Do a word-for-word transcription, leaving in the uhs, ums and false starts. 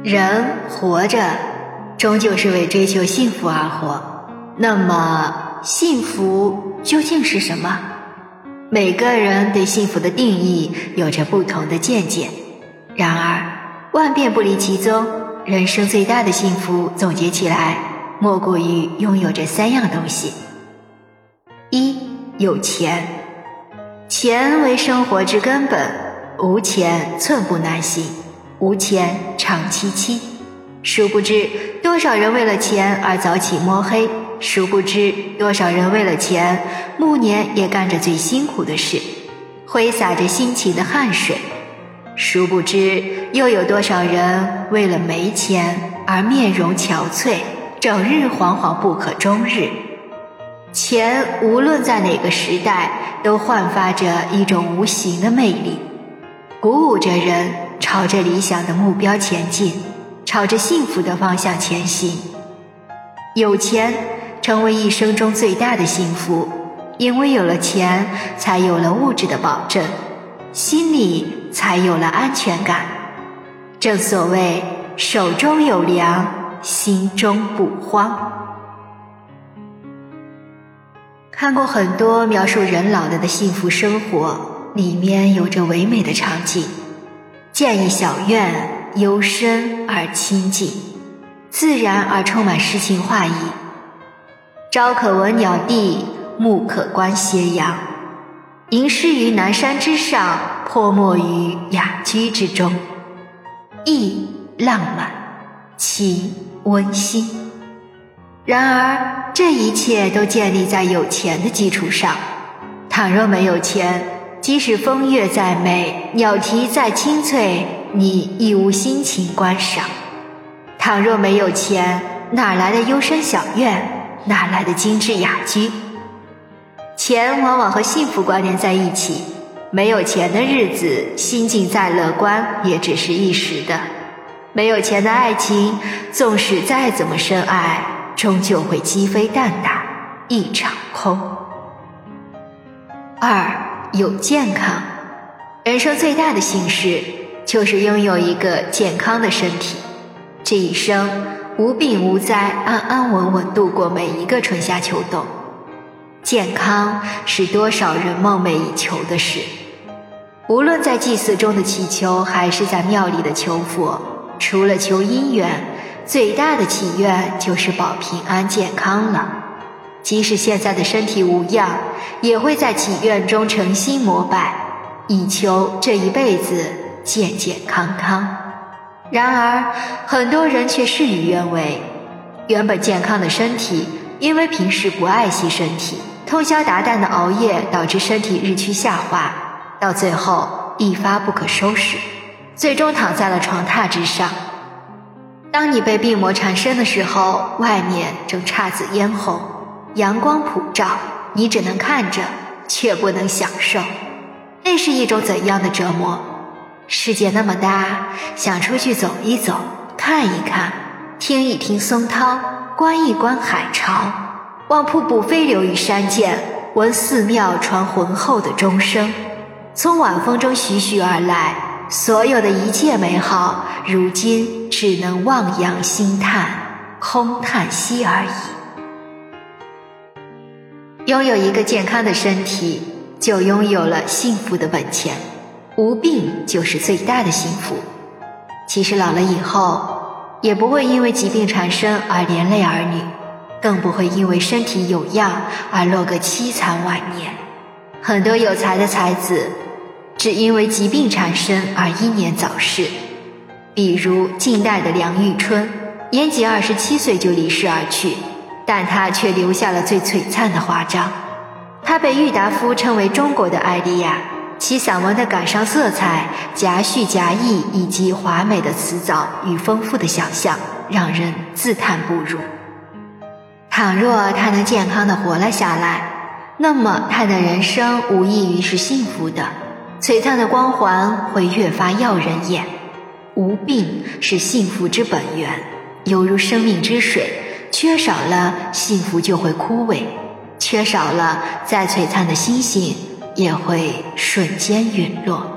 人活着终究是为追求幸福而活，那么幸福究竟是什么？每个人对幸福的定义有着不同的见解，然而万变不离其宗，人生最大的幸福总结起来莫过于拥有这三样东西。一、有钱。钱为生活之根本，无钱寸步难行，无钱长戚戚。殊不知多少人为了钱而早起摸黑，殊不知多少人为了钱暮年也干着最辛苦的事，挥洒着辛勤的汗水。殊不知又有多少人为了没钱而面容憔悴，整日惶惶不可终日。钱无论在哪个时代都焕发着一种无形的魅力，鼓舞着人朝着理想的目标前进，朝着幸福的方向前行。有钱成为一生中最大的幸福，因为有了钱才有了物质的保证，心里才有了安全感。正所谓手中有粮，心中不慌。看过很多描述人老了的幸福生活，里面有着唯美的场景，建一小院，幽深而清静，自然而充满诗情画意。朝可闻鸟啼，暮可观斜阳，吟诗于南山之上，泼墨于雅居之中。意浪漫，情温馨。然而这一切都建立在有钱的基础上，倘若没有钱，即使风月再美，鸟啼再清脆，你亦无心情观赏。倘若没有钱，哪来的幽深小院，哪来的精致雅居？钱往往和幸福关联在一起，没有钱的日子，心境再乐观也只是一时的。没有钱的爱情，纵使再怎么深爱，终究会鸡飞蛋打，一场空。二、有健康。人生最大的幸事就是拥有一个健康的身体，这一生无病无灾，安安稳稳度过每一个春夏秋冬。健康是多少人梦寐以求的事，无论在祭祀中的祈求，还是在庙里的求佛，除了求姻缘，最大的祈愿就是保平安健康了。即使现在的身体无恙，也会在祈愿中诚心膜拜，以求这一辈子健健康康。然而很多人却事与愿违，原本健康的身体，因为平时不爱惜身体，通宵达旦的熬夜，导致身体日趋下滑，到最后一发不可收拾，最终躺在了床榻之上。当你被病魔缠身的时候，外面正姹紫嫣红，阳光普照，你只能看着，却不能享受。那是一种怎样的折磨？世界那么大，想出去走一走，看一看，听一听松涛，观一观海潮，望瀑布飞流于山涧，闻寺庙传浑厚的钟声，从晚风中徐徐而来，所有的一切美好，如今只能望洋兴叹，空叹息而已。拥有一个健康的身体，就拥有了幸福的本钱，无病就是最大的幸福。其实老了以后，也不会因为疾病缠身而连累儿女，更不会因为身体有恙而落个凄惨晚年。很多有才的才子，只因为疾病缠身而英年早逝。比如近代的梁玉春，年仅二十七岁就离世而去，但他却留下了最璀璨的华章。他被郁达夫称为中国的艾莉亚，其散文的感伤色彩、夹叙夹议以及华美的词藻与丰富的想象，让人自叹不如。倘若他能健康地活了下来，那么他的人生无异于是幸福的，璀璨的光环会越发耀人眼。无病是幸福之本源，犹如生命之水，缺少了幸福就会枯萎，缺少了再璀璨的星星也会瞬间陨落。